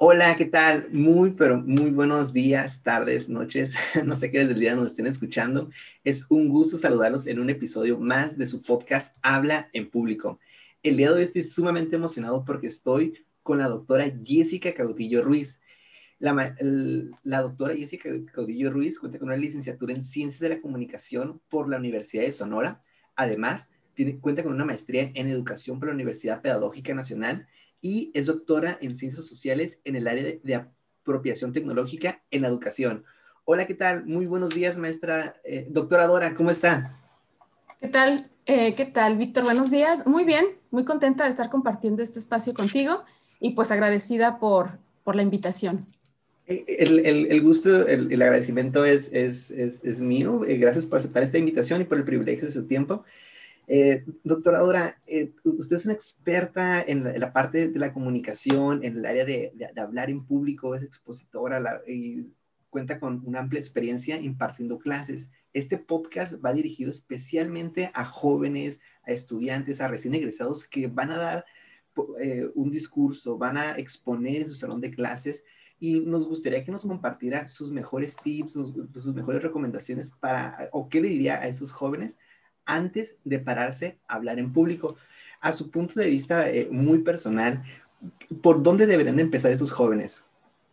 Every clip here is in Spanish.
Hola, ¿qué tal? Muy, pero muy buenos días, tardes, noches, no sé qué desde el día nos estén escuchando. Es un gusto saludarlos en un episodio más de su podcast Habla en Público. El día de hoy estoy sumamente emocionado porque estoy con la doctora Jessica Caudillo Ruiz. La doctora Jessica Caudillo Ruiz cuenta con una licenciatura en Ciencias de la Comunicación por la Universidad de Sonora. Además, cuenta con una maestría en Educación por la Universidad Pedagógica Nacional y es doctora en Ciencias Sociales en el área de apropiación tecnológica en la educación. Hola, ¿qué tal? Muy buenos días, maestra, doctora Dora, ¿cómo está? ¿Qué tal? ¿Qué tal, Víctor? Buenos días. Muy bien, muy contenta de estar compartiendo este espacio contigo y pues agradecida por la invitación. El gusto, el agradecimiento es mío. Gracias por aceptar esta invitación y por el privilegio de su tiempo. Doctora Dora, usted es una experta en la parte de la comunicación, en el área de hablar en público, es expositora y cuenta con una amplia experiencia impartiendo clases. Este podcast va dirigido especialmente a jóvenes, a estudiantes, a recién egresados que van a dar un discurso, van a exponer en su salón de clases y nos gustaría que nos compartiera sus mejores tips, sus mejores recomendaciones o qué le diría a esos jóvenes antes de pararse a hablar en público. A su punto de vista muy personal, ¿por dónde deberían de empezar esos jóvenes?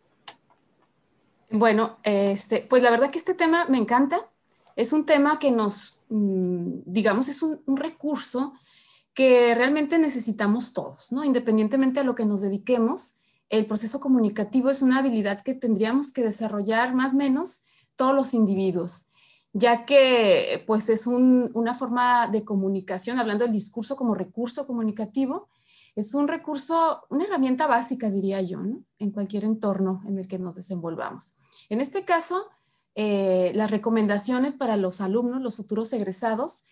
Bueno, pues la verdad que este tema me encanta. Es un tema que digamos, es un recurso que realmente necesitamos todos, ¿no? Independientemente a lo que nos dediquemos, el proceso comunicativo es una habilidad que tendríamos que desarrollar más o menos todos los individuos, ya que pues es una forma de comunicación, hablando del discurso como recurso comunicativo, es un recurso, una herramienta básica, diría yo, ¿no? En cualquier entorno en el que nos desenvolvamos. En este caso, las recomendaciones para los alumnos, los futuros egresados,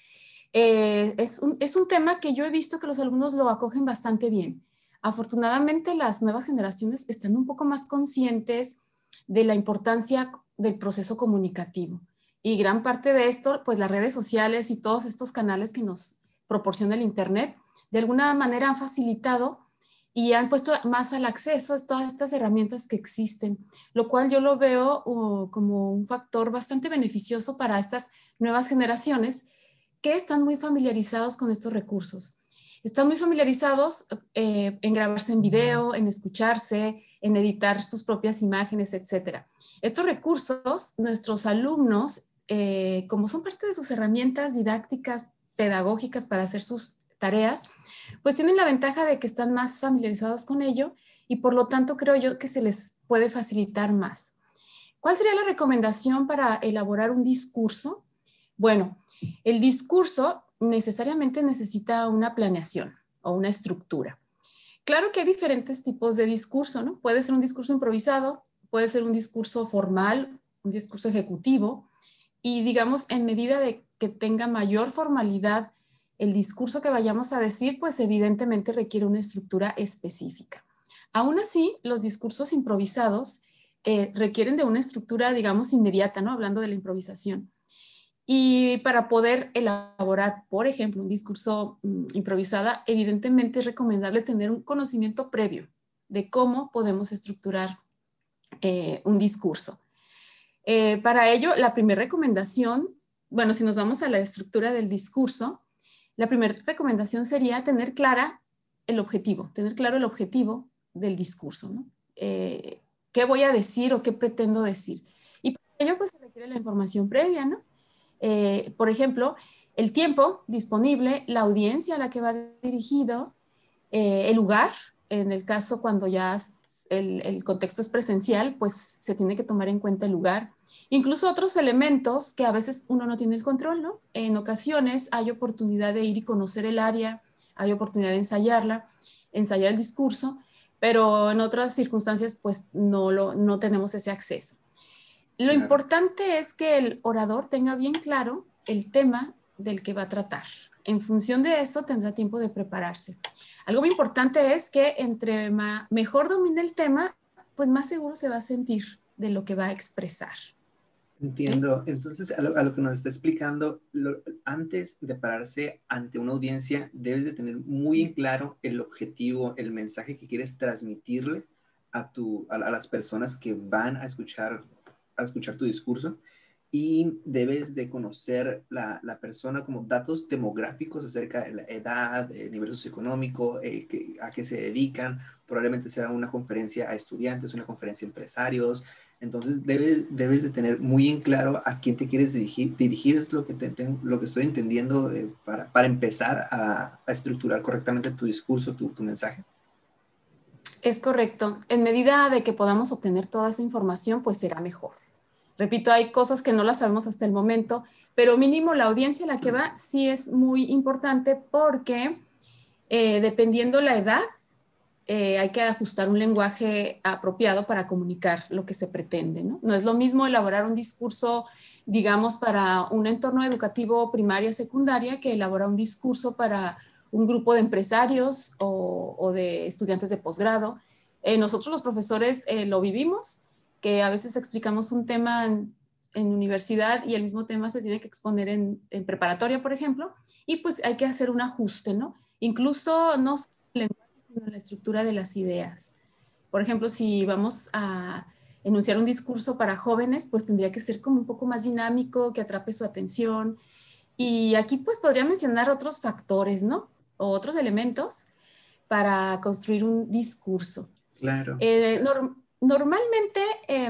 es un tema que yo he visto que los alumnos lo acogen bastante bien. Afortunadamente, las nuevas generaciones están un poco más conscientes de la importancia del proceso comunicativo. Y gran parte de esto, pues las redes sociales y todos estos canales que nos proporciona el Internet, de alguna manera han facilitado y han puesto más al acceso a todas estas herramientas que existen, lo cual yo lo veo como un factor bastante beneficioso para estas nuevas generaciones que están muy familiarizados con estos recursos. Están muy familiarizados en grabarse en video, en escucharse, en editar sus propias imágenes, etc. Estos recursos, nuestros alumnos, como son parte de sus herramientas didácticas, pedagógicas para hacer sus tareas, pues tienen la ventaja de que están más familiarizados con ello y por lo tanto creo yo que se les puede facilitar más. ¿Cuál sería la recomendación para elaborar un discurso? Bueno, el discurso necesariamente necesita una planeación o una estructura. Claro que hay diferentes tipos de discurso, ¿no? Puede ser un discurso improvisado, puede ser un discurso formal, un discurso ejecutivo, y digamos, en medida de que tenga mayor formalidad el discurso que vayamos a decir, pues evidentemente requiere una estructura específica. Aún así, los discursos improvisados requieren de una estructura, digamos, inmediata, ¿no? Hablando de la improvisación. Y para poder elaborar, por ejemplo, un discurso improvisada, evidentemente es recomendable tener un conocimiento previo de cómo podemos estructurar un discurso. Para ello, la primera recomendación, bueno, si nos vamos a la estructura del discurso, la primera recomendación sería tener claro el objetivo del discurso, ¿no? ¿Qué voy a decir o qué pretendo decir? Y para ello, pues se requiere la información previa, ¿no? Por ejemplo, el tiempo disponible, la audiencia a la que va dirigido, el lugar, en el caso cuando ya el contexto es presencial, pues se tiene que tomar en cuenta el lugar. Incluso otros elementos que a veces uno no tiene el control, ¿no? En ocasiones hay oportunidad de ir y conocer el área, hay oportunidad de ensayar el discurso, pero en otras circunstancias pues no tenemos ese acceso. Lo Claro. importante es que el orador tenga bien claro el tema del que va a tratar. En función de eso tendrá tiempo de prepararse. Algo muy importante es que entre mejor domine el tema, pues más seguro se va a sentir de lo que va a expresar. ¿Sí? Entiendo. Entonces, a lo que nos está explicando, antes de pararse ante una audiencia, debes de tener muy en claro el objetivo, el mensaje que quieres transmitirle a las personas que van a escuchar tu discurso, y debes de conocer la persona como datos demográficos acerca de la edad, el nivel socioeconómico, a qué se dedican. Probablemente sea una conferencia a estudiantes, una conferencia a empresarios. Entonces debes de tener muy en claro a quién te quieres dirigir es lo que, lo que estoy entendiendo, para empezar a estructurar correctamente tu discurso, tu mensaje. Es correcto. En medida de que podamos obtener toda esa información, pues será mejor. Repito, hay cosas que no las sabemos hasta el momento, pero mínimo la audiencia a la que va sí es muy importante porque dependiendo la edad, hay que ajustar un lenguaje apropiado para comunicar lo que se pretende, ¿no? No es lo mismo elaborar un discurso, digamos, para un entorno educativo primaria, secundaria, que elaborar un discurso para un grupo de empresarios o de estudiantes de posgrado. Nosotros los profesores lo vivimos, que a veces explicamos un tema en universidad y el mismo tema se tiene que exponer en preparatoria, por ejemplo, y pues hay que hacer un ajuste, ¿no? Incluso no solo el lenguaje, sino la estructura de las ideas. Por ejemplo, si vamos a enunciar un discurso para jóvenes, pues tendría que ser como un poco más dinámico, que atrape su atención. Y aquí pues podría mencionar otros factores, ¿no? O otros elementos para construir un discurso. Claro. Normalmente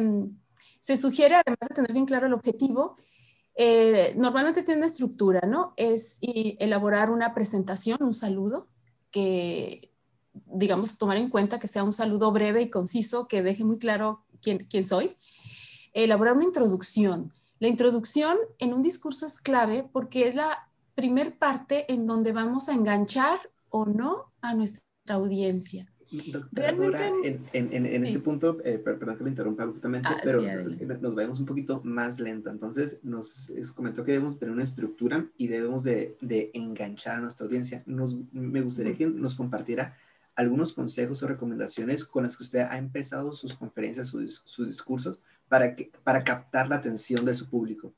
se sugiere, además de tener bien claro el objetivo, normalmente tiene una estructura, ¿no? Es elaborar una presentación, un saludo, que, digamos, tomar en cuenta que sea un saludo breve y conciso, que deje muy claro quién soy. Elaborar una introducción. La introducción en un discurso es clave porque es la primer parte en donde vamos a enganchar o no a nuestra audiencia. Doctora Realmente, Dora, en este sí. punto, perdón que lo interrumpa abruptamente, pero Sí, adelante. nos vayamos un poquito más lento. Entonces, nos comentó que debemos tener una estructura y debemos de enganchar a nuestra audiencia. Me gustaría que nos compartiera algunos consejos o recomendaciones con las que usted ha empezado sus conferencias, sus discursos, para captar la atención de su público.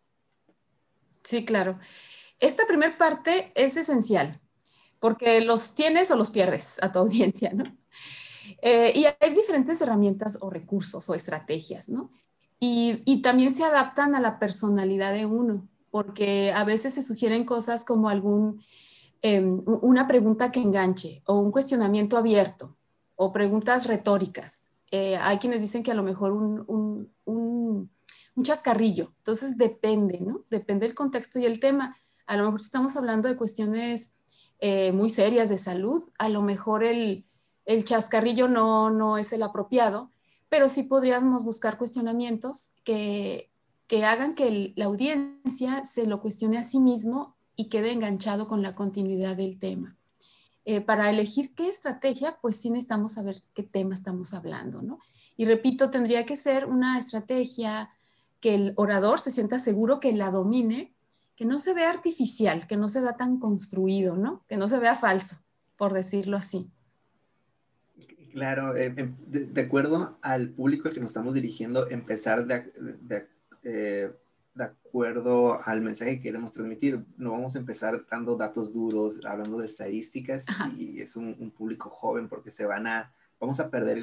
Sí, claro. Esta primer parte es esencial porque los tienes o los pierdes a tu audiencia, ¿no? Y hay diferentes herramientas o recursos o estrategias, ¿no? Y también se adaptan a la personalidad de uno, porque a veces se sugieren cosas como una pregunta que enganche o un cuestionamiento abierto o preguntas retóricas. Hay quienes dicen que a lo mejor un chascarrillo. Entonces depende, ¿no? Depende del contexto y el tema. A lo mejor si estamos hablando de cuestiones muy serias de salud, a lo mejor el chascarrillo no es el apropiado, pero sí podríamos buscar cuestionamientos que hagan que la audiencia se lo cuestione a sí mismo y quede enganchado con la continuidad del tema. Para elegir qué estrategia, pues sí necesitamos saber qué tema estamos hablando, ¿no? Y repito, tendría que ser una estrategia que el orador se sienta seguro que la domine, que no se vea artificial, que no se vea tan construido, ¿no? Que no se vea falso, por decirlo así. Claro, de acuerdo al público al que nos estamos dirigiendo, empezar de acuerdo al mensaje que queremos transmitir. No vamos a empezar dando datos duros, hablando de estadísticas, Ajá. si es un público joven, porque vamos a perder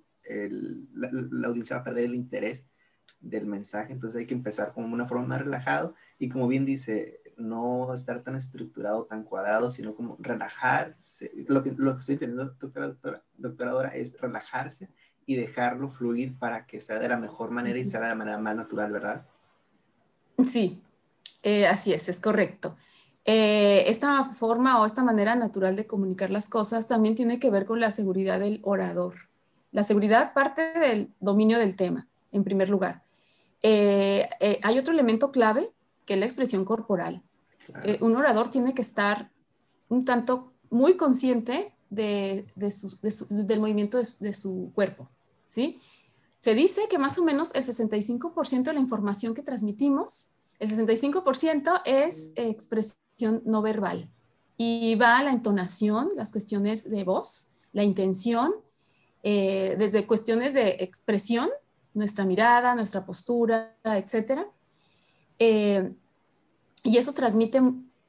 la audiencia va a perder el interés del mensaje. Entonces hay que empezar con una forma más relajada y, como bien dice, no estar tan estructurado, tan cuadrado, sino como relajarse. Lo que estoy entendiendo, doctora Dora, es relajarse y dejarlo fluir para que sea de la mejor manera y sea de la manera más natural, ¿verdad? Sí, así es correcto. Esta forma o esta manera natural de comunicar las cosas también tiene que ver con la seguridad del orador. La seguridad parte del dominio del tema, en primer lugar. Hay otro elemento clave que es la expresión corporal. Claro. Un orador tiene que estar un tanto muy consciente del movimiento de su cuerpo, ¿sí? Se dice que más o menos el 65% de la información que transmitimos, el 65% es expresión no verbal y va a la entonación, las cuestiones de voz, la intención, desde cuestiones de expresión, nuestra mirada, nuestra postura, etcétera. Y eso transmite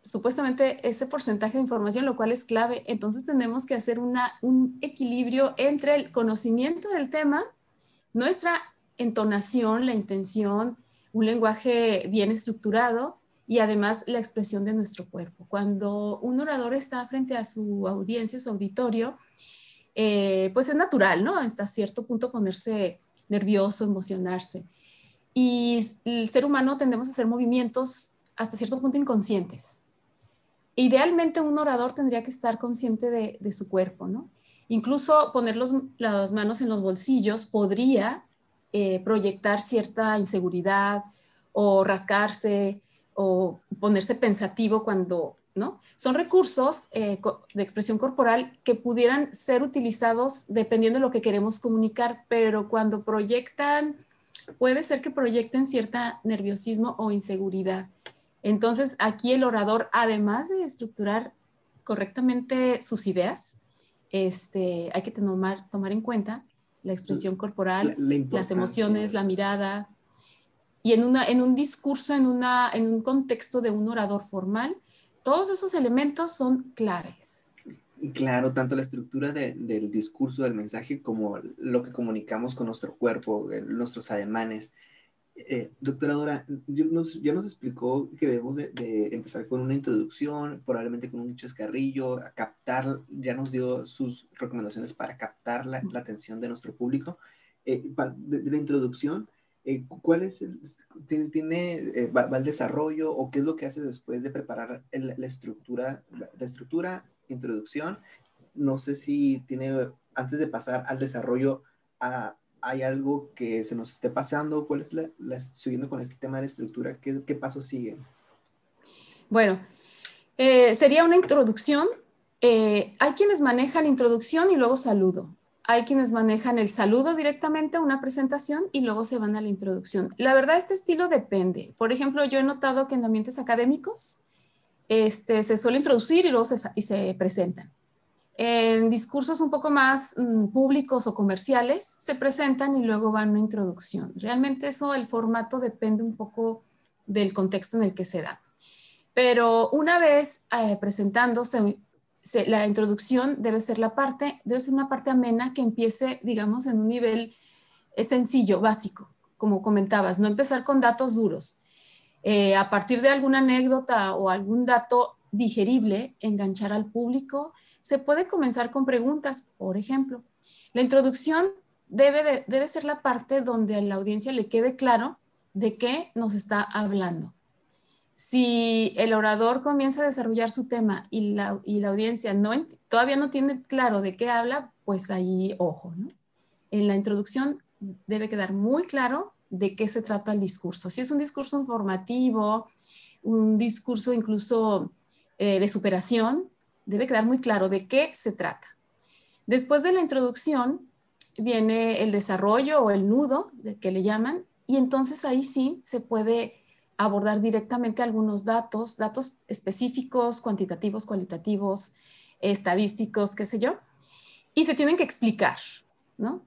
supuestamente ese porcentaje de información, lo cual es clave. Entonces tenemos que hacer un equilibrio entre el conocimiento del tema, nuestra entonación, la intención, un lenguaje bien estructurado y además la expresión de nuestro cuerpo. Cuando un orador está frente a su audiencia, su auditorio, pues es natural, ¿no? Hasta cierto punto ponerse nervioso, emocionarse. Y el ser humano tendemos a hacer movimientos hasta cierto punto inconscientes. Idealmente un orador tendría que estar consciente de su cuerpo, ¿no? Incluso poner las manos en los bolsillos podría proyectar cierta inseguridad o rascarse o ponerse pensativo cuando, ¿no? Son recursos de expresión corporal que pudieran ser utilizados dependiendo de lo que queremos comunicar, pero cuando proyectan, puede ser que proyecten cierta nerviosismo o inseguridad. Entonces, aquí el orador, además de estructurar correctamente sus ideas, hay que tomar en cuenta la expresión corporal, La las importancia. emociones, la mirada, y en un discurso, en un contexto de un orador formal, todos esos elementos son claves. Claro, tanto la estructura del discurso, del mensaje, como lo que comunicamos con nuestro cuerpo, nuestros ademanes. Doctora Dora, ya nos explicó que debemos de empezar con una introducción, probablemente con un chascarrillo, a captar, ya nos dio sus recomendaciones para captar la atención de nuestro público. De la introducción, ¿cuál es va el desarrollo o qué es lo que hace después de preparar la estructura, introducción? No sé si tiene, antes de pasar al desarrollo, ¿hay algo que se nos esté pasando? ¿Cuál es siguiendo con este tema de la estructura? ¿Qué pasos siguen? Bueno, sería una introducción. Hay quienes manejan introducción y luego saludo. Hay quienes manejan el saludo directamente a una presentación y luego se van a la introducción. La verdad, este estilo depende. Por ejemplo, yo he notado que en ambientes académicos se suele introducir y luego se presentan. En discursos un poco más públicos o comerciales, se presentan y luego van a una introducción. Realmente eso, el formato depende un poco del contexto en el que se da. Pero una vez presentándose, la introducción debe ser una parte amena que empiece, digamos, en un nivel sencillo, básico, como comentabas, no empezar con datos duros. A partir de alguna anécdota o algún dato digerible, enganchar al público. Se puede comenzar con preguntas, por ejemplo. La introducción debe ser la parte donde a la audiencia le quede claro de qué nos está hablando. Si el orador comienza a desarrollar su tema y la audiencia todavía no tiene claro de qué habla, pues ahí ojo, ¿no? En la introducción debe quedar muy claro de qué se trata el discurso. Si es un discurso informativo, un discurso incluso de superación, debe quedar muy claro de qué se trata. Después de la introducción viene el desarrollo o el nudo, que le llaman, y entonces ahí sí se puede abordar directamente algunos datos específicos, cuantitativos, cualitativos, estadísticos, qué sé yo, y se tienen que explicar, ¿no?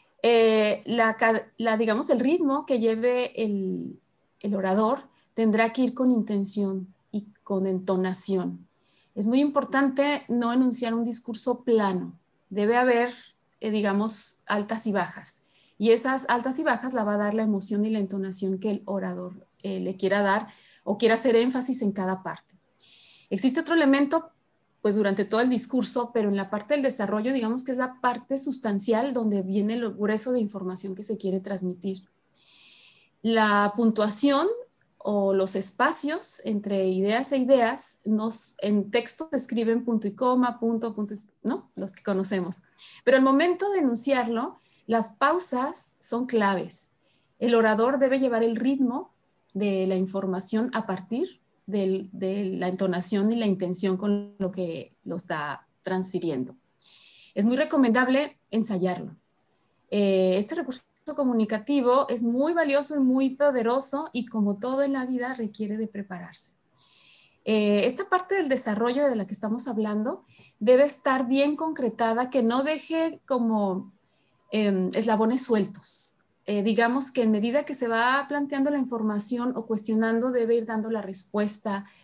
Digamos, el ritmo que lleve el orador tendrá que ir con intención y con entonación. Es muy importante no enunciar un discurso plano. Debe haber, digamos, altas y bajas. Y esas altas y bajas la va a dar la emoción y la entonación que el orador le quiera dar o quiera hacer énfasis en cada parte. Existe otro elemento, pues durante todo el discurso, pero en la parte del desarrollo, digamos que es la parte sustancial donde viene el grueso de información que se quiere transmitir. La puntuación o los espacios entre ideas e ideas, en texto se escriben punto y coma, punto, ¿no? Los que conocemos. Pero al momento de enunciarlo, las pausas son claves. El orador debe llevar el ritmo de la información a partir de la entonación y la intención con lo que lo está transfiriendo. Es muy recomendable ensayarlo. Este recurso comunicativo es muy valioso y muy poderoso y como todo en la vida requiere de prepararse. Esta parte del desarrollo de la que estamos hablando debe estar bien concretada, que no deje como eslabones sueltos. Digamos que en medida que se va planteando la información o cuestionando, debe ir dando la respuesta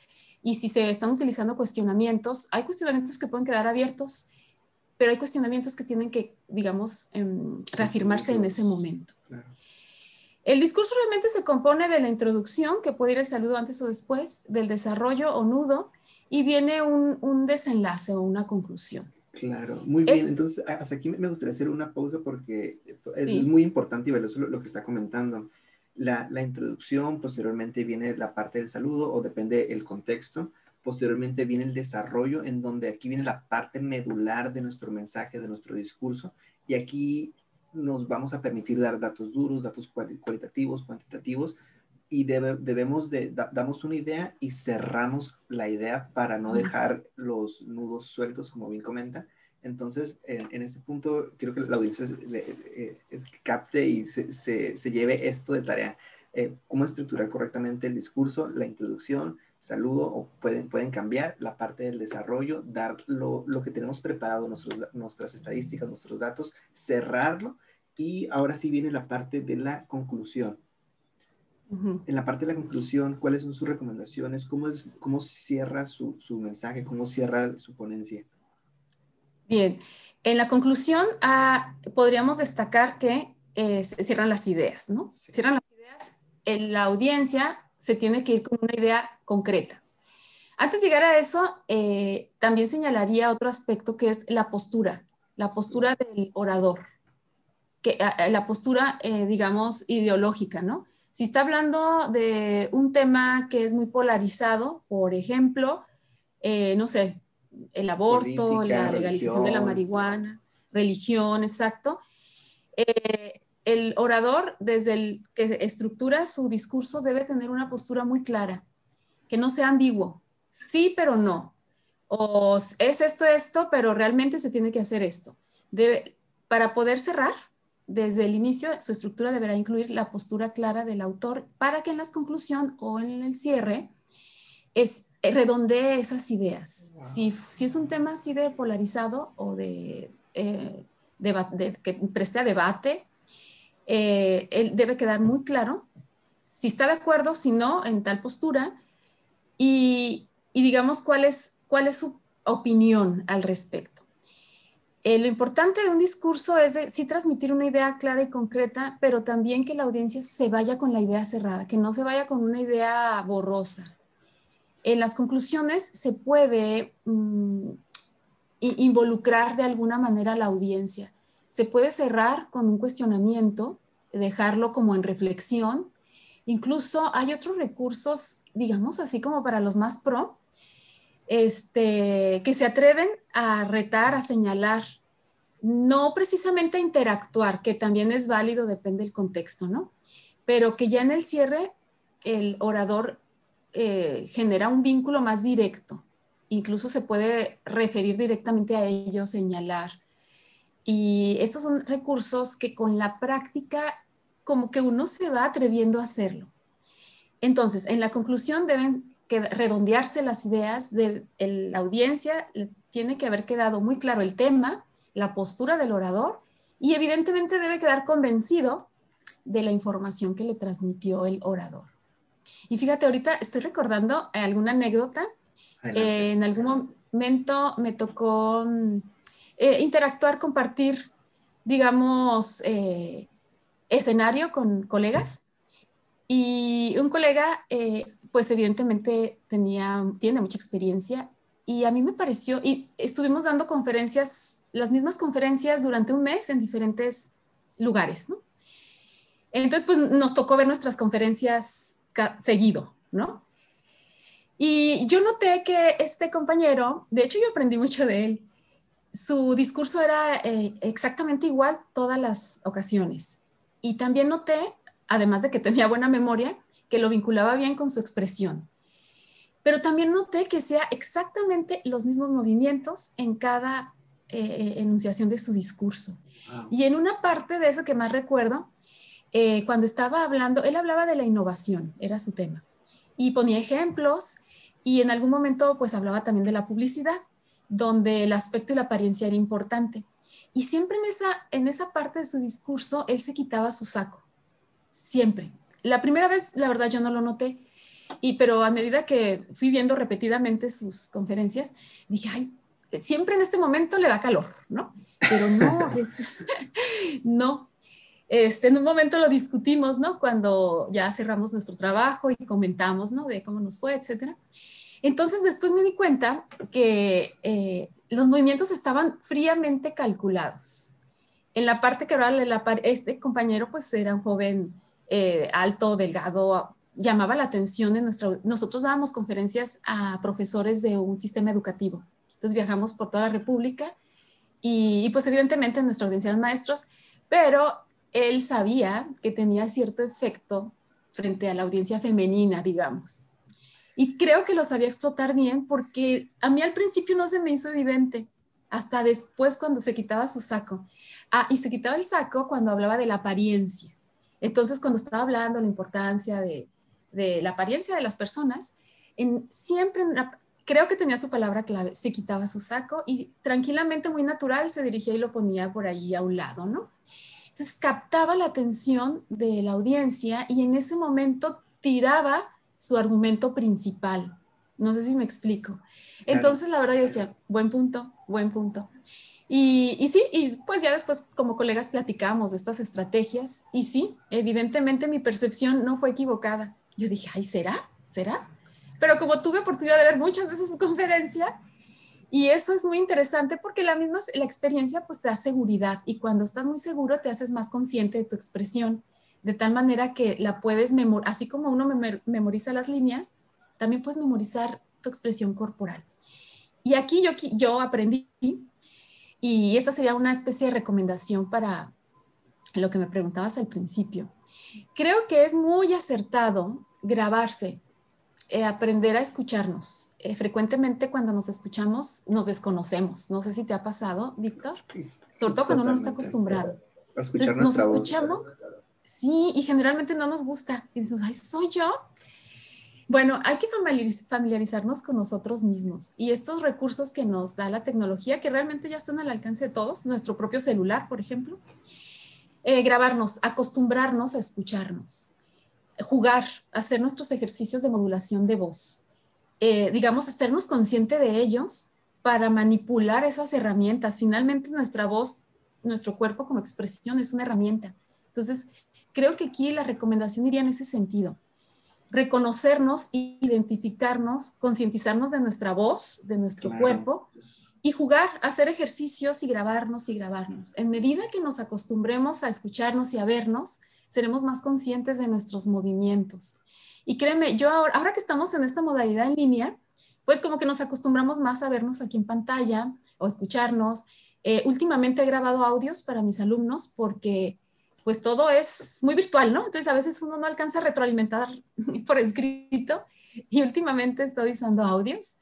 y si se están utilizando cuestionamientos, hay cuestionamientos que pueden quedar abiertos, pero hay cuestionamientos que tienen que, digamos, reafirmarse en ese momento. Claro. El discurso realmente se compone de la introducción, que puede ir el saludo antes o después, del desarrollo o nudo, y viene un desenlace o una conclusión. Claro, muy bien. Entonces, hasta aquí me gustaría hacer una pausa porque es muy importante y valioso lo que está comentando. La introducción, posteriormente viene la parte del saludo o depende el contexto. Posteriormente viene el desarrollo, en donde aquí viene la parte medular de nuestro mensaje, de nuestro discurso. Y aquí nos vamos a permitir dar datos duros, datos cualitativos, cuantitativos, y damos una idea y cerramos la idea para no dejar los nudos sueltos, como bien comenta. Entonces, en este punto, quiero que la audiencia capte y se lleve esto de tarea. Cómo estructurar correctamente el discurso, la introducción, saludo, o pueden cambiar la parte del desarrollo, dar lo que tenemos preparado, nuestras estadísticas, nuestros datos, cerrarlo, y ahora sí viene la parte de la conclusión. En la parte de la conclusión, ¿cuáles son sus recomendaciones? ¿Cómo cierra su mensaje? ¿Cómo cierra su ponencia? Bien, en la conclusión podríamos destacar que se cierran las ideas, ¿no? Sí. Cierran las ideas, la audiencia se tiene que ir con una idea concreta. Antes de llegar a eso, también señalaría otro aspecto que es la postura del orador, la postura, digamos, ideológica, ¿no? Si está hablando de un tema que es muy polarizado, por ejemplo, no sé, el aborto, política, la legalización de la marihuana, religión, exacto. El orador, desde el que estructura su discurso, debe tener una postura muy clara, que no sea ambiguo, sí, pero no. O es esto, pero realmente se tiene que hacer esto. Para poder cerrar, desde el inicio, su estructura deberá incluir la postura clara del autor para que en la conclusión o en el cierre redondee esas ideas. Wow. Si es un tema así de polarizado o que preste a debate, él debe quedar muy claro si está de acuerdo, si no, en tal postura, y digamos cuál es su opinión al respecto. Lo importante de un discurso es sí transmitir una idea clara y concreta, pero también que la audiencia se vaya con la idea cerrada, que no se vaya con una idea borrosa. En las conclusiones se puede involucrar de alguna manera a la audiencia. Se puede cerrar con un cuestionamiento, dejarlo como en reflexión. Incluso hay otros recursos, digamos así como para los más pro, que se atreven a retar, a señalar, no precisamente a interactuar, que también es válido, depende del contexto, ¿no? Pero que ya en el cierre el orador genera un vínculo más directo. Incluso se puede referir directamente a ellos, señalar. Y estos son recursos que con la práctica como que uno se va atreviendo a hacerlo. Entonces, en la conclusión deben redondearse las ideas de la audiencia, tiene que haber quedado muy claro el tema, la postura del orador, y evidentemente debe quedar convencido de la información que le transmitió el orador. Y fíjate, ahorita estoy recordando alguna anécdota. En algún momento me tocó interactuar, compartir, digamos, escenario con colegas. Y un colega, pues evidentemente tiene mucha experiencia, y a mí me pareció, y estuvimos dando conferencias, las mismas conferencias durante un mes en diferentes lugares, ¿no? Entonces, pues nos tocó ver nuestras conferencias seguido, ¿no? Y yo noté que este compañero, de hecho yo aprendí mucho de él, su discurso era exactamente igual todas las ocasiones. Y también noté, además de que tenía buena memoria, que lo vinculaba bien con su expresión. Pero también noté que hacía exactamente los mismos movimientos en cada enunciación de su discurso. Wow. Y en una parte de eso que más recuerdo, cuando estaba hablando, él hablaba de la innovación, era su tema. Y ponía ejemplos, y en algún momento pues hablaba también de la publicidad, donde el aspecto y la apariencia era importante. Y siempre en esa parte de su discurso, él se quitaba su saco. Siempre. La primera vez, la verdad, yo no lo noté, Pero a medida que fui viendo repetidamente sus conferencias, dije, ay, siempre en este momento le da calor, ¿no? Pero no, no. En un momento lo discutimos, ¿no? Cuando ya cerramos nuestro trabajo y comentamos, ¿no? De cómo nos fue, etcétera. Entonces después me di cuenta que los movimientos estaban fríamente calculados. En la parte que ahora este compañero pues era un joven alto, delgado, llamaba la atención de nosotros dábamos conferencias a profesores de un sistema educativo. Entonces viajamos por toda la República y pues evidentemente nuestra audiencia eran maestros, pero él sabía que tenía cierto efecto frente a la audiencia femenina, digamos. Y creo que lo sabía explotar bien porque a mí al principio no se me hizo evidente, hasta después cuando se quitaba su saco. Ah, y se quitaba el saco cuando hablaba de la apariencia. Entonces, cuando estaba hablando de la importancia de la apariencia de las personas, siempre creo que tenía su palabra clave, se quitaba su saco y tranquilamente, muy natural, se dirigía y lo ponía por ahí a un lado, ¿no? Entonces captaba la atención de la audiencia y en ese momento tiraba su argumento principal. No sé si me explico. Claro. Entonces, la verdad, yo decía, buen punto, buen punto. Y sí, y pues ya después como colegas platicamos de estas estrategias y sí, evidentemente mi percepción no fue equivocada. Yo dije, ay, ¿será? ¿Será? Pero como tuve oportunidad de ver muchas veces su conferencia, y eso es muy interesante porque la experiencia pues te da seguridad y cuando estás muy seguro te haces más consciente de tu expresión, de tal manera que la puedes memorizar, así como uno memoriza las líneas, también puedes memorizar tu expresión corporal. Y aquí yo aprendí, y esta sería una especie de recomendación para lo que me preguntabas al principio. Creo que es muy acertado grabarse, aprender a escucharnos. Frecuentemente cuando nos escuchamos nos desconocemos. No sé si te ha pasado, Víctor, sobre todo cuando uno no está Totalmente. acostumbrado. A escuchar Entonces nos nuestra voz. escuchamos, sí, y generalmente no nos gusta. Y decimos, ay, ¿soy yo? Bueno, hay que familiarizarnos con nosotros mismos y estos recursos que nos da la tecnología, que realmente ya están al alcance de todos, nuestro propio celular, por ejemplo, grabarnos, acostumbrarnos a escucharnos, jugar, hacer nuestros ejercicios de modulación de voz, digamos, hacernos consciente de ellos para manipular esas herramientas. Finalmente, nuestra voz, nuestro cuerpo como expresión es una herramienta. Entonces, creo que aquí la recomendación iría en ese sentido. Reconocernos, identificarnos, concientizarnos de nuestra voz, de nuestro Claro. cuerpo y jugar, hacer ejercicios y grabarnos y grabarnos. En medida que nos acostumbremos a escucharnos y a vernos, seremos más conscientes de nuestros movimientos. Y créeme, yo ahora que estamos en esta modalidad en línea, pues como que nos acostumbramos más a vernos aquí en pantalla o escucharnos. Últimamente he grabado audios para mis alumnos porque pues todo es muy virtual, ¿no? Entonces a veces uno no alcanza a retroalimentar por escrito y últimamente estoy usando audios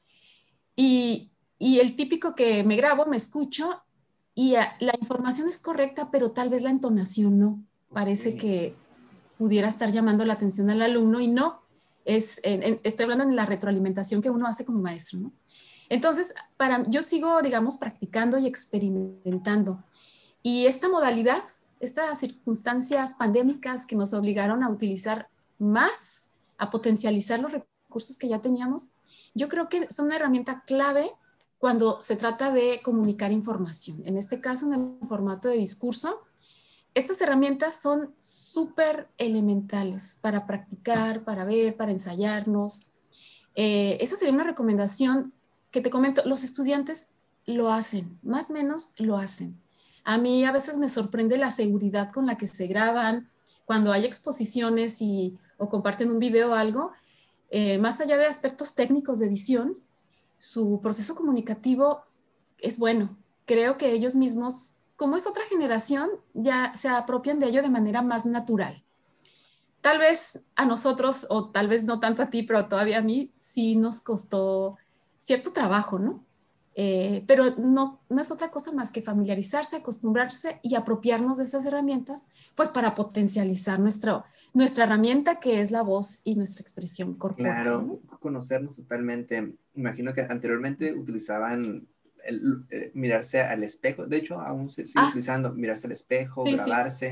y, y el típico que me grabo, me escucho y la información es correcta, pero tal vez la entonación no. Parece Ok. que pudiera estar llamando la atención al alumno y no. Estoy hablando en la retroalimentación que uno hace como maestro, ¿no? Entonces, yo sigo, digamos, practicando y experimentando. Y esta modalidad, estas circunstancias pandémicas que nos obligaron a utilizar más, a potencializar los recursos que ya teníamos, yo creo que son una herramienta clave cuando se trata de comunicar información. En este caso, en el formato de discurso, estas herramientas son súper elementales para practicar, para ver, para ensayarnos. Esa sería una recomendación que te comento. Los estudiantes lo hacen, más o menos lo hacen. A mí a veces me sorprende la seguridad con la que se graban cuando hay exposiciones o comparten un video o algo. Más allá de aspectos técnicos de edición, su proceso comunicativo es bueno. Creo que ellos mismos, como es otra generación, ya se apropian de ello de manera más natural. Tal vez a nosotros, o tal vez no tanto a ti, pero todavía a mí, sí nos costó cierto trabajo, ¿no? Pero no es otra cosa más que familiarizarse, acostumbrarse y apropiarnos de esas herramientas, pues para potencializar nuestra herramienta que es la voz y nuestra expresión corporal, Claro, ¿no? conocernos totalmente. Imagino que anteriormente utilizaban mirarse al espejo. De hecho, aún se sigue Ah, utilizando mirarse al espejo, sí, sí, grabarse.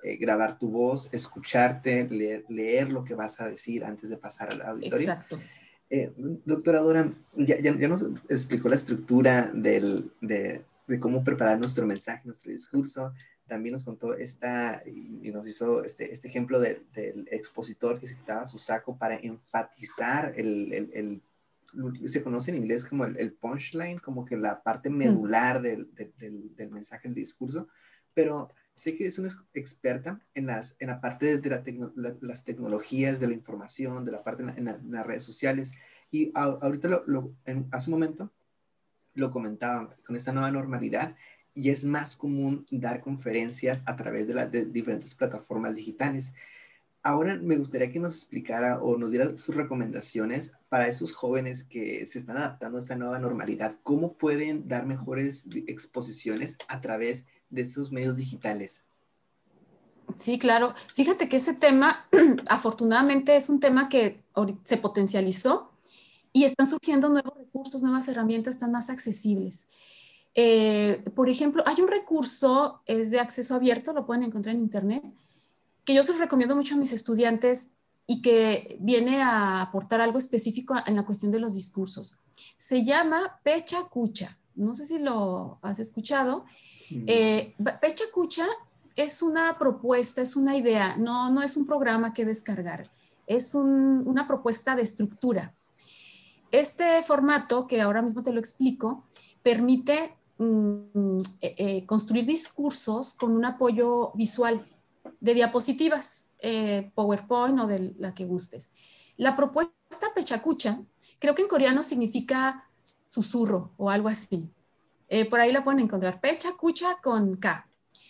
grabar tu voz, escucharte, leer lo que vas a decir antes de pasar al auditorio. Exacto. Doctora Dora, ya nos explicó la estructura de cómo preparar nuestro mensaje, nuestro discurso. También nos contó y nos hizo este ejemplo del expositor que se quitaba su saco para enfatizar se conoce en inglés como el punchline, como que la parte medular del mensaje, el discurso, pero sé que es una experta en la parte de las tecnologías de la información, de la parte en las redes sociales, y ahorita hace un momento lo comentaba, con esta nueva normalidad, y es más común dar conferencias a través de diferentes plataformas digitales. Ahora me gustaría que nos explicara o nos diera sus recomendaciones para esos jóvenes que se están adaptando a esta nueva normalidad. ¿Cómo pueden dar mejores exposiciones a través de estos medios digitales? Sí, claro. Fíjate que ese tema, afortunadamente, es un tema que se potencializó y están surgiendo nuevos recursos, nuevas herramientas, están más accesibles. Por ejemplo, hay un recurso, es de acceso abierto, lo pueden encontrar en internet, que yo se los recomiendo mucho a mis estudiantes y que viene a aportar algo específico en la cuestión de los discursos. Se llama Pecha Kucha. No sé si lo has escuchado. Pecha Kucha es una propuesta, es una idea, no es un programa que descargar, es una propuesta de estructura. Este formato, que ahora mismo te lo explico, permite construir discursos con un apoyo visual de diapositivas, PowerPoint o de la que gustes. La propuesta Pechakucha, creo que en coreano significa susurro o algo así. Por ahí la pueden encontrar, Pechakucha con K.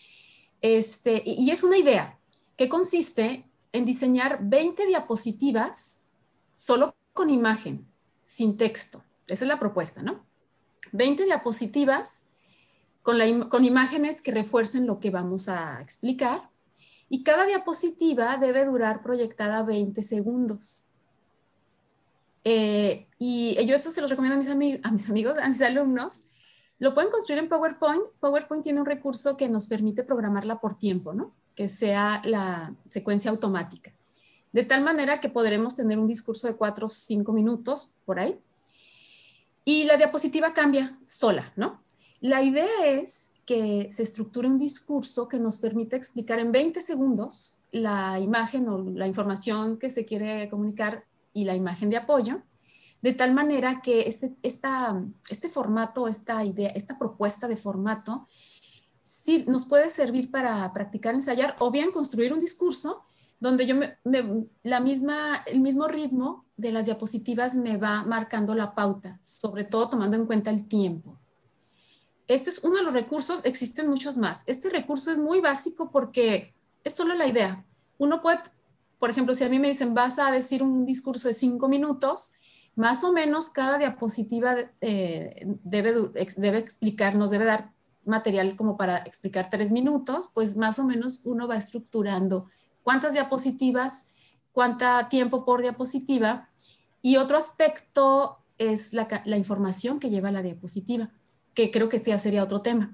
Y es una idea que consiste en diseñar 20 diapositivas solo con imagen, sin texto. Esa es la propuesta, ¿no? 20 diapositivas con imágenes que refuercen lo que vamos a explicar, y cada diapositiva debe durar proyectada 20 segundos. Y yo esto se los recomiendo a mis amigos, a mis alumnos. Lo pueden construir en PowerPoint. PowerPoint tiene un recurso que nos permite programarla por tiempo, ¿no? Que sea la secuencia automática. De tal manera que podremos tener un discurso de 4 o 5 minutos por ahí. Y la diapositiva cambia sola, ¿no? La idea es que se estructure un discurso que nos permita explicar en 20 segundos la imagen o la información que se quiere comunicar y la imagen de apoyo, de tal manera que este formato, esta idea, esta propuesta de formato, sí nos puede servir para practicar, ensayar, o bien construir un discurso donde el mismo ritmo de las diapositivas me va marcando la pauta, sobre todo tomando en cuenta el tiempo. Este es uno de los recursos, existen muchos más. Este recurso es muy básico porque es solo la idea. Uno puede, por ejemplo, si a mí me dicen, vas a decir un discurso de 5 minutos, más o menos cada diapositiva debe explicarnos, debe dar material como para explicar 3 minutos, pues más o menos uno va estructurando cuántas diapositivas, cuánto tiempo por diapositiva, y otro aspecto es la información que lleva la diapositiva, que creo que este ya sería otro tema.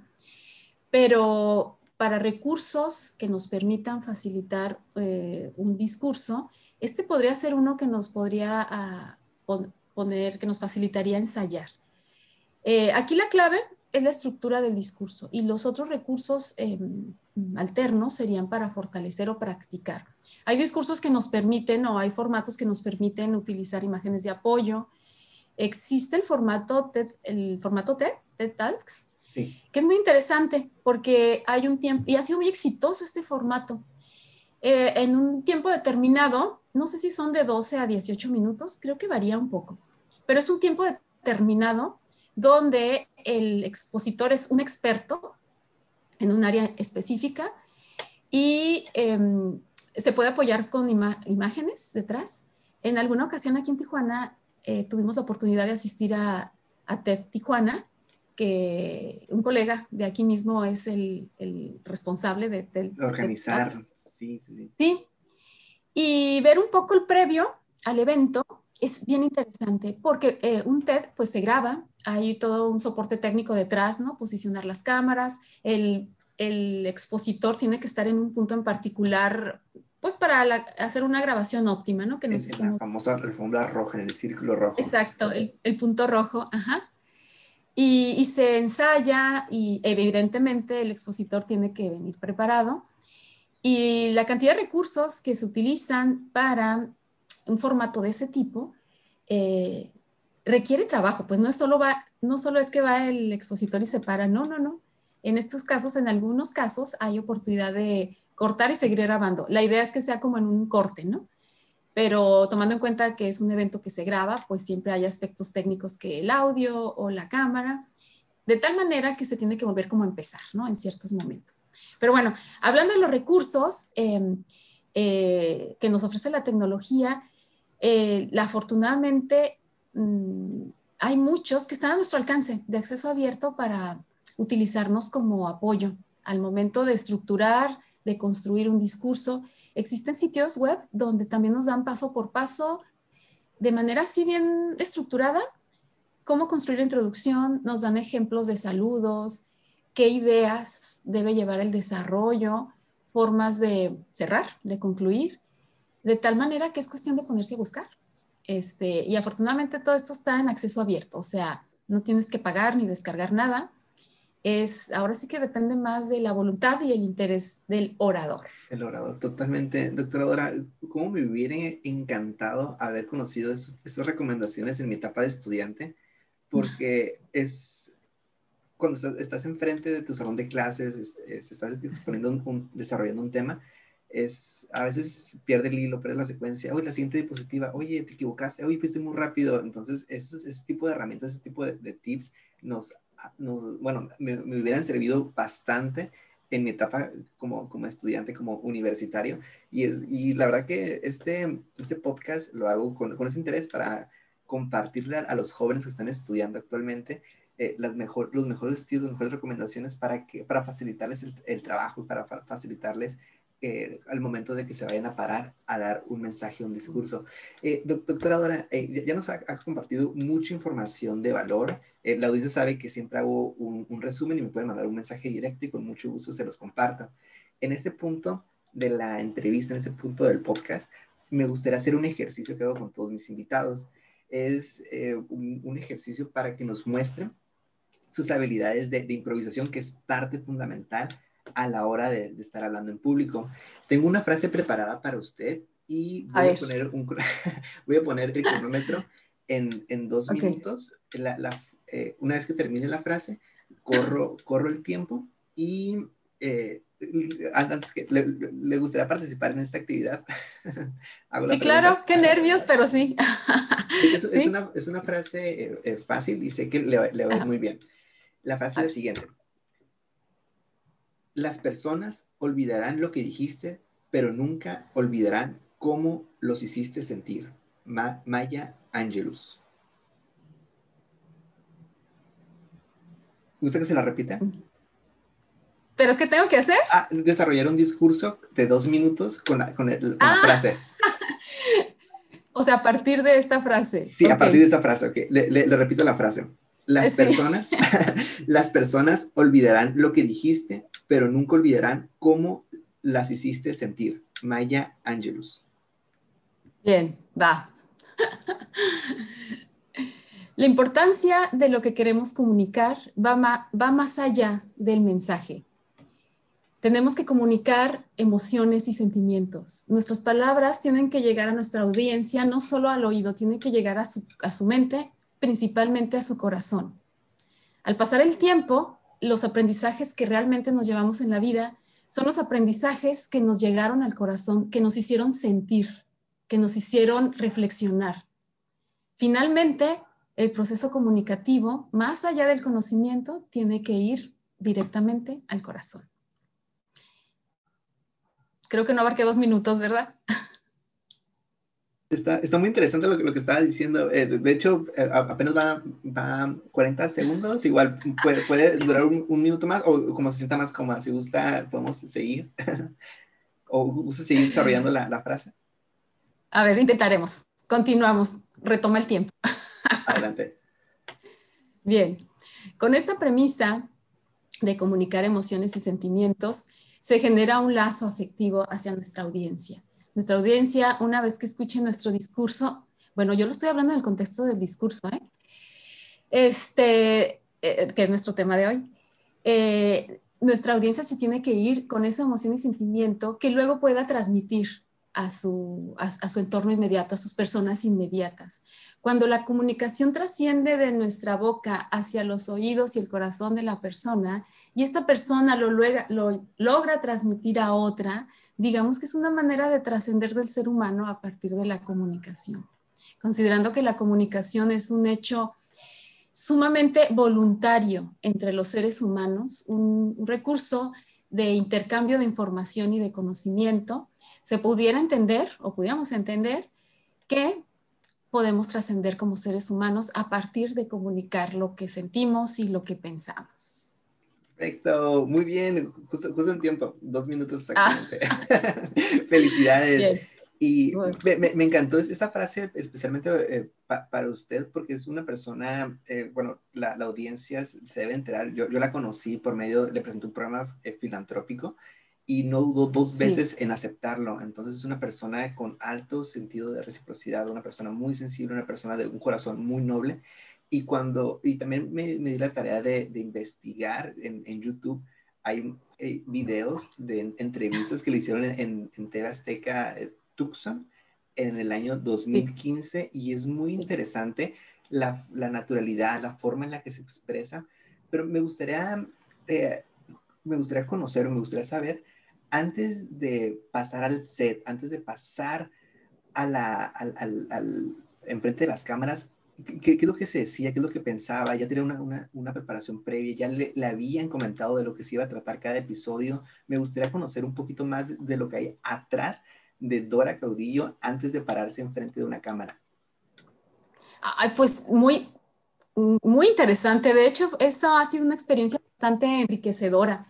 Pero para recursos que nos permitan facilitar un discurso, este podría ser uno que nos podría poner, que nos facilitaría ensayar. Aquí la clave es la estructura del discurso, y los otros recursos alternos serían para fortalecer o practicar. Hay discursos que nos permiten, o hay formatos que nos permiten utilizar imágenes de apoyo. Existe el formato TED Talks, Sí. que es muy interesante porque hay un tiempo, y ha sido muy exitoso este formato. En un tiempo determinado, no sé si son de 12 a 18 minutos, creo que varía un poco, pero es un tiempo determinado donde el expositor es un experto en un área específica y se puede apoyar con imágenes detrás. En alguna ocasión aquí en Tijuana tuvimos la oportunidad de asistir a TED Tijuana, que un colega de aquí mismo es el responsable de TED. Organizar, sí. Sí, y ver un poco el previo al evento es bien interesante porque un TED pues se graba, hay todo un soporte técnico detrás, ¿no? Posicionar las cámaras, el el expositor tiene que estar en un punto en particular, pues para hacer una grabación óptima, ¿no? Que no se esté En la famosa alfombra roja, en el círculo rojo. Exacto, el punto rojo, ajá. Y se ensaya y evidentemente el expositor tiene que venir preparado. Y la cantidad de recursos que se utilizan para un formato de ese tipo eh, requiere trabajo, pues no solo es que va el expositor y se para, no, no, no. En estos casos, en algunos casos, hay oportunidad de cortar y seguir grabando. La idea es que sea como en un corte, ¿no? Pero tomando en cuenta que es un evento que se graba, pues siempre hay aspectos técnicos que el audio o la cámara, de tal manera que se tiene que volver como a empezar, ¿no? En ciertos momentos. Pero bueno, hablando de los recursos que nos ofrece la tecnología, afortunadamente hay muchos que están a nuestro alcance de acceso abierto para utilizarnos como apoyo al momento de estructurar, de construir un discurso. Existen sitios web donde también nos dan paso por paso, de manera así bien estructurada, cómo construir la introducción, nos dan ejemplos de saludos, qué ideas debe llevar el desarrollo, formas de cerrar, de concluir, de tal manera que es cuestión de ponerse a buscar. Y afortunadamente todo esto está en acceso abierto, o sea, no tienes que pagar ni descargar nada. Ahora sí que depende más de la voluntad y el interés del orador. El orador, totalmente. Doctora Dora, ¿cómo me hubiera encantado haber conocido esas recomendaciones en mi etapa de estudiante? Porque cuando estás enfrente de tu salón de clases, estás exponiendo desarrollando un tema, a veces pierde el hilo, pierde la secuencia. Oye, la siguiente diapositiva, oye, te equivocaste, oye, fuiste muy rápido. Entonces, ese tipo de herramientas, ese tipo de tips bueno, me hubieran servido bastante en mi etapa como estudiante, como universitario. Y la verdad que este podcast lo hago con ese interés para compartirle a los jóvenes que están estudiando actualmente los mejores estilos, las mejores recomendaciones para facilitarles el trabajo, para facilitarles al momento de que se vayan a parar a dar un mensaje, un discurso. Doctora Dora, ya nos ha compartido mucha información de valor. La audiencia sabe que siempre hago un resumen y me pueden mandar un mensaje directo y con mucho gusto se los comparto. En este punto de la entrevista, en este punto del podcast, me gustaría hacer un ejercicio que hago con todos mis invitados. Es un ejercicio para que nos muestren sus habilidades de improvisación, que es parte fundamental a la hora de estar hablando en público. Tengo una frase preparada para usted y voy a poner el cronómetro en 2 minutos. Una vez que termine la frase, corro el tiempo y antes que le gustaría participar en esta actividad. Sí, claro, qué nervios, pero sí. ¿Sí? Es una frase fácil y sé que le va a ir muy bien. La frase es la siguiente. Las personas olvidarán lo que dijiste, pero nunca olvidarán cómo los hiciste sentir. Maya Angelou. ¿Gusta que se la repita? ¿Pero qué tengo que hacer? Desarrollar un discurso de 2 minutos con la frase. O sea, a partir de esta frase. Sí, okay. A partir de esa frase. Okay. Le repito la frase. Las personas olvidarán lo que dijiste, pero nunca olvidarán cómo las hiciste sentir. Maya Angelou. Bien, va. La importancia de lo que queremos comunicar va más allá del mensaje. Tenemos que comunicar emociones y sentimientos. Nuestras palabras tienen que llegar a nuestra audiencia, no solo al oído, tienen que llegar a su mente, principalmente a su corazón. Al pasar el tiempo, los aprendizajes que realmente nos llevamos en la vida son los aprendizajes que nos llegaron al corazón, que nos hicieron sentir, que nos hicieron reflexionar. Finalmente, el proceso comunicativo, más allá del conocimiento, tiene que ir directamente al corazón. Creo que no abarqué 2 minutos, ¿verdad? Está muy interesante lo que estaba diciendo. De hecho, apenas va 40 segundos. Igual puede durar un minuto más o como se sienta más cómoda. Si gusta, podemos seguir. ¿O gusta seguir desarrollando la frase? A ver, intentaremos. Continuamos. Retoma el tiempo. Adelante. Bien. Con esta premisa, de comunicar emociones y sentimientos, se genera un lazo afectivo hacia nuestra audiencia. Nuestra audiencia, una vez que escuche nuestro discurso, bueno, yo lo estoy hablando en el contexto del discurso, que es nuestro tema de hoy. Nuestra audiencia se tiene que ir con esa emoción y sentimiento que luego pueda transmitir a su entorno inmediato, a sus personas inmediatas. Cuando la comunicación trasciende de nuestra boca hacia los oídos y el corazón de la persona, y esta persona lo logra transmitir a otra, digamos que es una manera de trascender del ser humano a partir de la comunicación. Considerando que la comunicación es un hecho sumamente voluntario entre los seres humanos, un recurso de intercambio de información y de conocimiento, se pudiera entender o pudiéramos entender que podemos trascender como seres humanos a partir de comunicar lo que sentimos y lo que pensamos. Perfecto, muy bien, justo en tiempo, 2 minutos Ah, exactamente. Felicidades. bien. Y Bueno, me encantó esta frase especialmente para usted, porque es una persona, bueno, la audiencia se debe enterar, yo la conocí por medio, le presenté un programa filantrópico y no dudó 2 veces sí. en aceptarlo. Entonces es una persona con alto sentido de reciprocidad, una persona muy sensible, una persona de un corazón muy noble. Y también me di la tarea de investigar en YouTube. Hay videos de entrevistas que le hicieron en TV Azteca, Tucson, en el año Sí, 2015, y es muy sí. interesante la naturalidad, la forma en la que se expresa. Pero eh, me gustaría conocer, me gustaría saber, antes de pasar al set, antes de pasar enfrente de las cámaras, ¿qué es lo que se decía? ¿Qué es lo que pensaba? ¿Ya tenía una preparación previa? ¿Ya le habían comentado de lo que se iba a tratar cada episodio? Me gustaría conocer un poquito más de lo que hay atrás de Dora Caudillo antes de pararse enfrente de una cámara. Ay, pues muy interesante. De hecho, eso ha sido una experiencia bastante enriquecedora.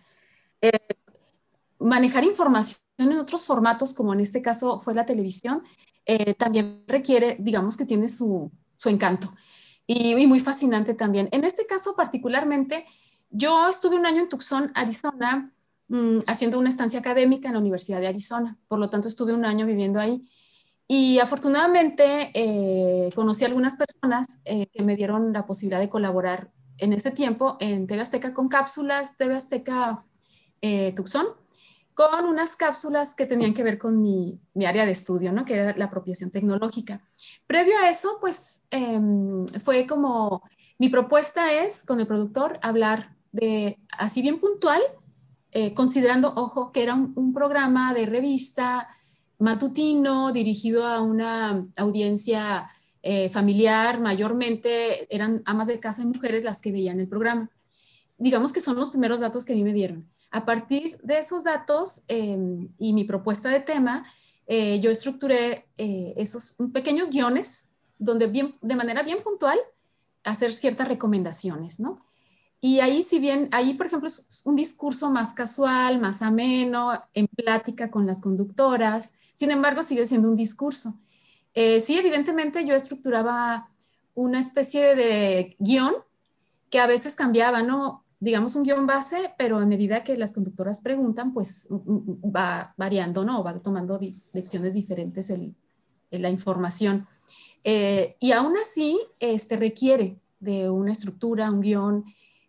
Manejar información en otros formatos, como en este caso fue la televisión, también requiere, digamos que tiene su encanto y muy fascinante también. En este caso particularmente, yo estuve un año en Tucson, Arizona, haciendo una estancia académica en la Universidad de Arizona. Por lo tanto, estuve un año viviendo ahí. Y afortunadamente conocí a algunas personas que me dieron la posibilidad de colaborar en ese tiempo en TV Azteca con cápsulas, TV Azteca Tucson, con unas cápsulas que tenían que ver con mi área de estudio, ¿no? Que era la apropiación tecnológica. Previo a eso, pues fue como, mi propuesta es con el productor hablar de, así bien puntual, considerando, ojo, que era un programa de revista matutino dirigido a una audiencia familiar, mayormente eran amas de casa y mujeres las que veían el programa. Digamos que son los primeros datos que a mí me dieron. A partir de esos datos y mi propuesta de tema, yo estructuré esos pequeños guiones donde de manera bien puntual hacer ciertas recomendaciones, ¿no? Y ahí, si bien, ahí, por ejemplo, es un discurso más casual, más ameno, en plática con las conductoras, sin embargo, sigue siendo un discurso. Sí, evidentemente yo estructuraba una especie de guión que a veces cambiaba, ¿no? Digamos un guión base, pero a medida que las conductoras preguntan, pues va variando, ¿no? Va tomando lecciones diferentes la información. Y aún así, requiere de una estructura, un guión,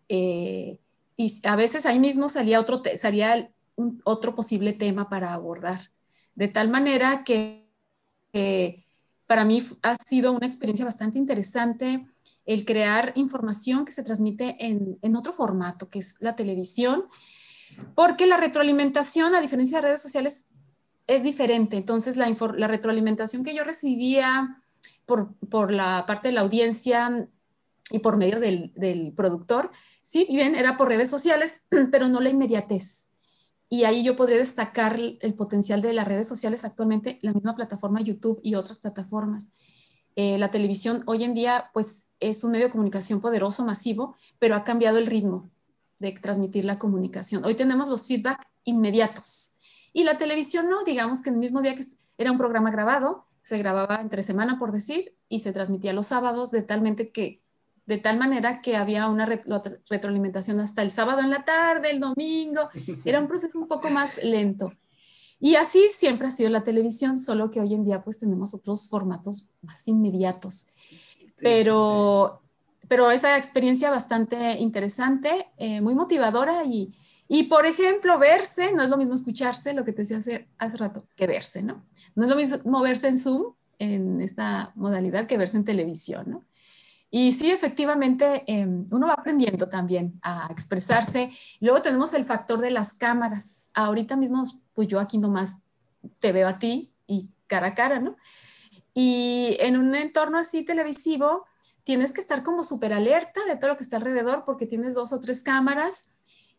y a veces ahí mismo salía otro posible tema para abordar. De tal manera que para mí ha sido una experiencia bastante interesante el crear información que se transmite en otro formato, que es la televisión, porque la retroalimentación, a diferencia de redes sociales, es diferente. Entonces, la retroalimentación que yo recibía por la parte de la audiencia y por medio del productor, sí, bien, era por redes sociales, pero no la inmediatez. Y ahí yo podría destacar el potencial de las redes sociales actualmente, la misma plataforma YouTube y otras plataformas. La televisión hoy en día, pues, es un medio de comunicación poderoso, masivo, pero ha cambiado el ritmo de transmitir la comunicación. Hoy tenemos los feedback inmediatos y la televisión no, digamos que el mismo día que era un programa grabado, se grababa entre semana, por decir, y se transmitía los sábados, de talmente que de tal manera que había una retroalimentación hasta el sábado en la tarde, el domingo, era un proceso un poco más lento. Y así siempre ha sido la televisión, solo que hoy en día pues tenemos otros formatos más inmediatos. Pero esa experiencia bastante interesante, muy motivadora y, por ejemplo, verse, no es lo mismo escucharse, lo que te decía hace rato, que verse, ¿no? No es lo mismo verse en Zoom, en esta modalidad, que verse en televisión, ¿no? Y sí, efectivamente, uno va aprendiendo también a expresarse. Luego tenemos el factor de las cámaras. Ahorita mismo, pues yo aquí nomás te veo a ti y cara a cara, ¿no? Y en un entorno así televisivo, tienes que estar como súper alerta de todo lo que está alrededor porque tienes 2 o 3 cámaras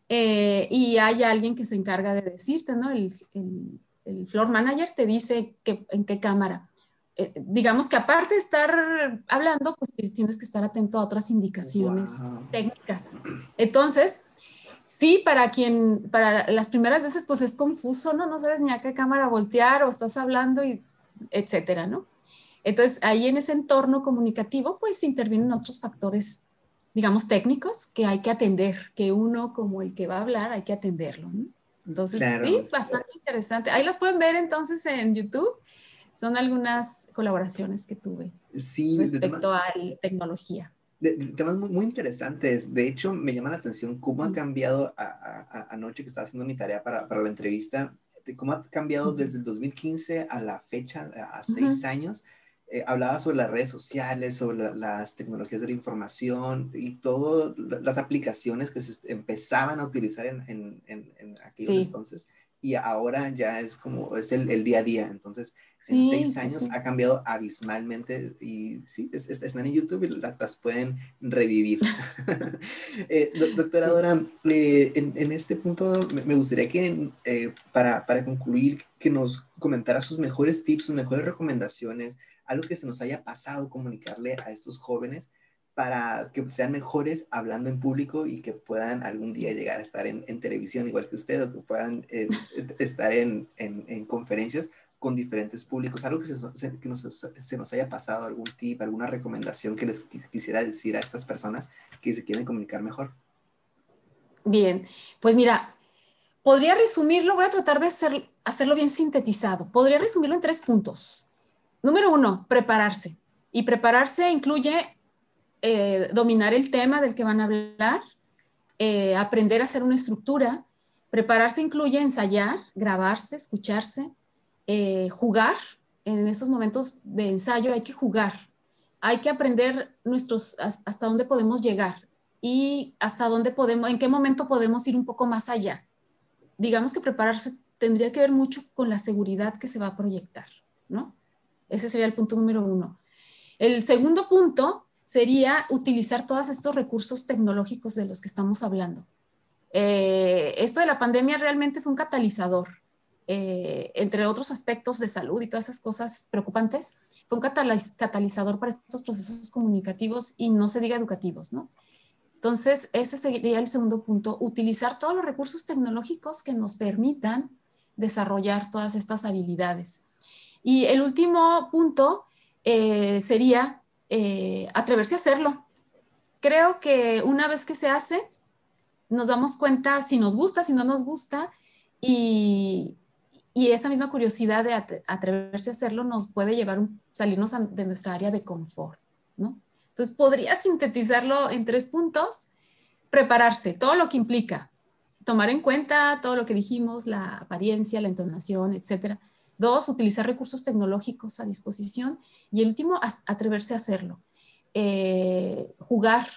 y hay alguien que se encarga de decirte, ¿no? El floor manager te dice en qué cámara. Digamos que aparte de estar hablando, pues tienes que estar atento a otras indicaciones Wow. técnicas. Entonces, sí, para las primeras veces, pues es confuso, ¿no? No sabes ni a qué cámara voltear o estás hablando y etcétera, ¿no? Entonces, ahí en ese entorno comunicativo, pues intervienen otros factores, digamos, técnicos que hay que atender, que uno como el que va a hablar hay que atenderlo, ¿no? Entonces, Claro. sí, bastante interesante. Ahí las pueden ver entonces en YouTube. Son algunas colaboraciones que tuve Sí, respecto a la tecnología. de temas muy, muy interesantes. De hecho, me llama la atención cómo ha cambiado anoche que estaba haciendo mi tarea para la entrevista, de cómo ha cambiado desde el 2015 a la fecha, a 6 años. Hablaba sobre las redes sociales, sobre las tecnologías de la información y todas las aplicaciones que se empezaban a utilizar en aquellos Sí, entonces. Y ahora ya es como, es el día a día. Entonces, en sí, seis sí, años sí. ha cambiado abismalmente y sí, están en YouTube y las pueden revivir. Doctora Sí. Dora, en este punto me gustaría que para concluir, que nos comentara sus mejores tips, sus mejores recomendaciones, algo que se nos haya pasado comunicarle a estos jóvenes para que sean mejores hablando en público y que puedan algún día llegar a estar en televisión igual que usted o que puedan estar en conferencias con diferentes públicos, algo que se nos haya pasado, algún tip, alguna recomendación que les quisiera decir a estas personas que se quieren comunicar mejor. Bien, pues mira, podría resumirlo, voy a tratar de hacerlo bien sintetizado. Podría resumirlo en 3 puntos. Número 1, prepararse. Y prepararse incluye dominar el tema del que van a hablar, aprender a hacer una estructura. Prepararse incluye ensayar, grabarse, escucharse, jugar. En esos momentos de ensayo hay que jugar. Hay que aprender hasta dónde podemos llegar y hasta dónde podemos, en qué momento podemos ir un poco más allá. Digamos que prepararse tendría que ver mucho con la seguridad que se va a proyectar, ¿no? Ese sería el punto número 1. El segundo punto sería utilizar todos estos recursos tecnológicos de los que estamos hablando. Esto de la pandemia realmente fue un catalizador, entre otros aspectos de salud y todas esas cosas preocupantes, fue un catalizador para estos procesos comunicativos y no se diga educativos, ¿no? Entonces, ese sería el segundo punto, utilizar todos los recursos tecnológicos que nos permitan desarrollar todas estas habilidades. Y el último punto sería atreverse a hacerlo. Creo que una vez que se hace, nos damos cuenta si nos gusta, si no nos gusta, y, y esa misma curiosidad de atreverse a hacerlo nos puede llevar a salirnos de nuestra área de confort, ¿no? Entonces, podría sintetizarlo en 3 puntos: prepararse, todo lo que implica, tomar en cuenta todo lo que dijimos, la apariencia, la entonación, etcétera. 2, utilizar recursos tecnológicos a disposición. Y el último, atreverse a hacerlo. Jugar,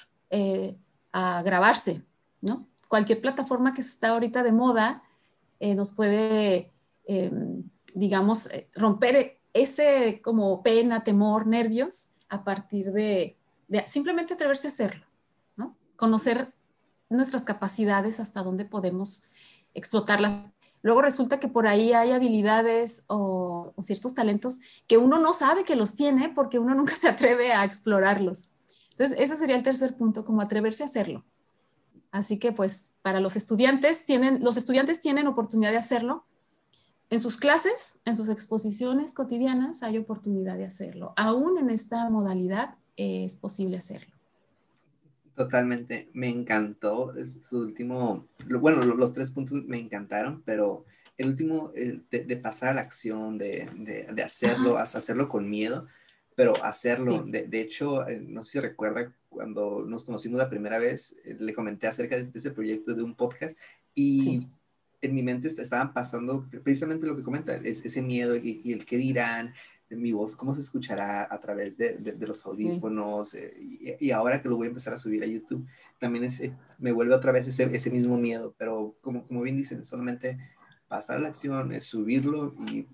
a grabarse, ¿no? Cualquier plataforma que se está ahorita de moda nos puede, eh, digamos, romper ese como pena, temor, nervios a partir de simplemente atreverse a hacerlo, ¿no? Conocer nuestras capacidades, hasta dónde podemos explotarlas. Luego resulta que por ahí hay habilidades o ciertos talentos que uno no sabe que los tiene porque uno nunca se atreve a explorarlos. Entonces, ese sería el tercer punto, como atreverse a hacerlo. Así que pues para los estudiantes tienen oportunidad de hacerlo. En sus clases, en sus exposiciones cotidianas hay oportunidad de hacerlo. Aún en esta modalidad es posible hacerlo. Totalmente, me encantó su último, bueno, los tres puntos me encantaron, pero el último, de pasar a la acción, de hacerlo, Ajá, hacerlo con miedo, pero hacerlo. sí, De hecho, no sé si recuerda cuando nos conocimos la primera vez, le comenté acerca de ese proyecto de un podcast sí, y en mi mente estaban pasando precisamente lo que comenta, ese miedo y el qué dirán, mi voz, cómo se escuchará a través de los sí. audífonos, y ahora que lo voy a empezar a subir a YouTube, también me vuelve otra vez ese mismo miedo, pero como bien dicen, solamente pasar a la acción, subirlo y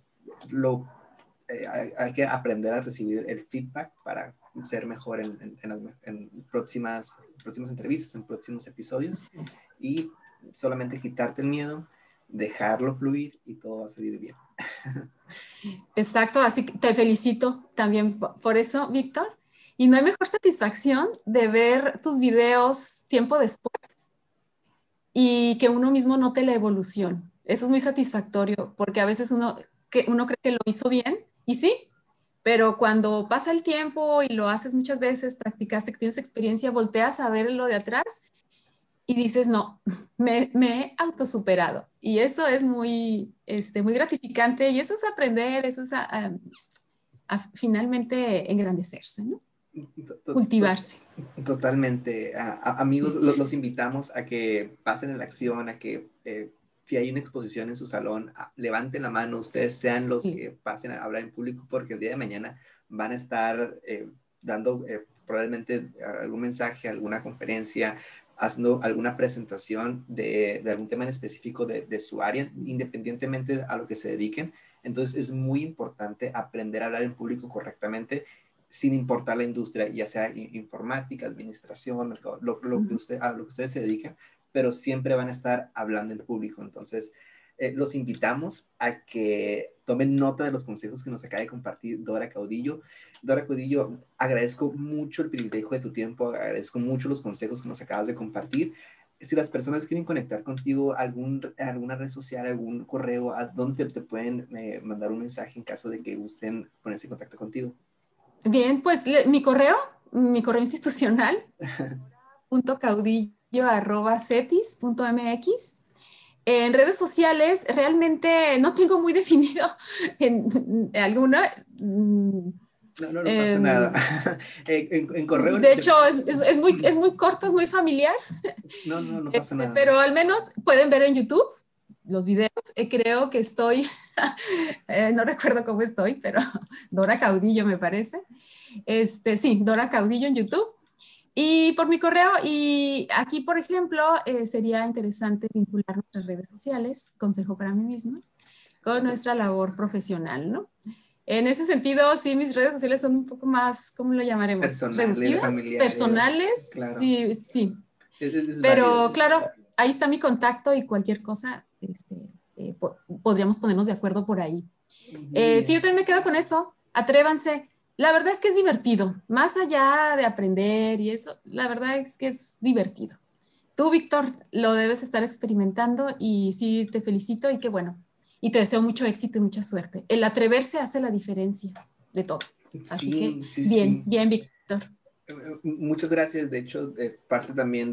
hay que aprender a recibir el feedback para ser mejor en próximas entrevistas, en próximos episodios, Sí. y solamente quitarte el miedo, dejarlo fluir y todo va a salir bien. Exacto, así que te felicito también por eso, Víctor. Y no hay mejor satisfacción de ver tus videos tiempo después y que uno mismo note la evolución. Eso es muy satisfactorio porque a veces uno cree que lo hizo bien y sí, pero cuando pasa el tiempo y lo haces muchas veces, practicaste, que tienes experiencia, volteas a ver lo de atrás y dices, no, me he autosuperado. Y eso es muy, muy gratificante y eso es aprender, eso es a finalmente engrandecerse, ¿no? To- to- Cultivarse. Totalmente. Amigos, Sí, los invitamos a que pasen en la acción, a que si hay una exposición en su salón, levanten la mano, ustedes sean los sí. que pasen a hablar en público, porque el día de mañana van a estar dando probablemente algún mensaje, alguna conferencia, haciendo alguna presentación de algún tema en específico de su área, independientemente a lo que se dediquen. Entonces es muy importante aprender a hablar en público correctamente sin importar la industria, ya sea informática, administración, mercado, a lo que ustedes se dedican, pero siempre van a estar hablando en público. Entonces, los invitamos a que tomen nota de los consejos que nos acaba de compartir Dora Caudillo. Dora Caudillo, agradezco mucho el privilegio de tu tiempo, agradezco mucho los consejos que nos acabas de compartir. Si las personas quieren conectar contigo, alguna red social, algún correo, ¿a dónde te pueden mandar un mensaje en caso de que gusten ponerse en contacto contigo? Bien, pues mi correo institucional, caudillo@cetis.mx. En redes sociales realmente no tengo muy definido alguna. No pasa nada. em, En sí, correo, de hecho, es muy corto, es muy familiar, no pasa nada. pero al menos pueden ver en YouTube los videos. Creo que estoy, no recuerdo cómo estoy, pero Dora Caudillo me parece. Sí, Dora Caudillo en YouTube. Y por mi correo, y aquí, por ejemplo, sería interesante vincular nuestras redes sociales, consejo para mí misma, con nuestra labor profesional, ¿no? En ese sentido, sí, mis redes sociales son un poco más, ¿cómo lo llamaremos? Personales, Reducidas, familiares, personales, claro. sí, sí. Es válido. Pero claro, ahí está mi contacto y cualquier cosa, podríamos ponernos de acuerdo por ahí. Muy Sí, yo bien. también me quedo con eso. Atrévanse. La verdad es que es divertido. Más allá de aprender y eso, la verdad es que es divertido. Tú, Víctor, lo debes estar experimentando y sí, te felicito y qué bueno. Y te deseo mucho éxito y mucha suerte. El atreverse hace la diferencia de todo. Así que, Sí, sí, bien, sí. bien, Víctor. Muchas gracias. De hecho, parte también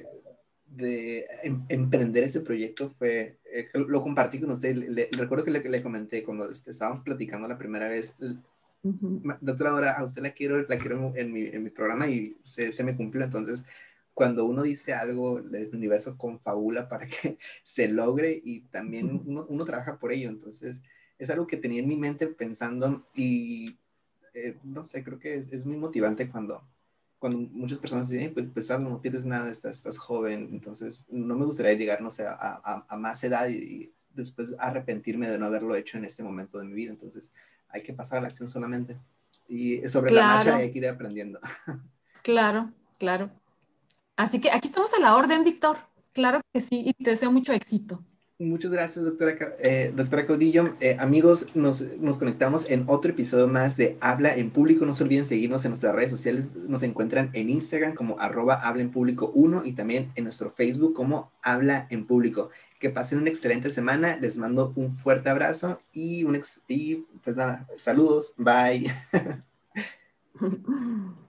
emprender ese proyecto fue, que lo compartí con usted. Recuerdo que le comenté cuando estábamos platicando la primera vez. Ujú. Doctora Dora, a usted la quiero en mi programa y se me cumplió. Entonces, cuando uno dice algo, el universo confabula para que se logre y también uno trabaja por ello. Entonces, es algo que tenía en mi mente pensando y no sé, creo que es muy motivante cuando muchas personas dicen, pues algo, no pierdes nada, estás joven. Entonces, no me gustaría llegar, no sé, a más edad y después arrepentirme de no haberlo hecho en este momento de mi vida. Entonces, hay que pasar a la acción solamente. Y sobre la marcha Claro, hay que ir aprendiendo. claro, claro. Así que aquí estamos a la orden, Víctor. Claro que sí, y te deseo mucho éxito. Muchas gracias, doctora Caudillo. Amigos, nos conectamos en otro episodio más de Habla en Público. No se olviden seguirnos en nuestras redes sociales. Nos encuentran en Instagram como @Habla en Público 1 y también en nuestro Facebook como Habla en Público. Que pasen una excelente semana. Les mando un fuerte abrazo y pues nada, saludos. Bye.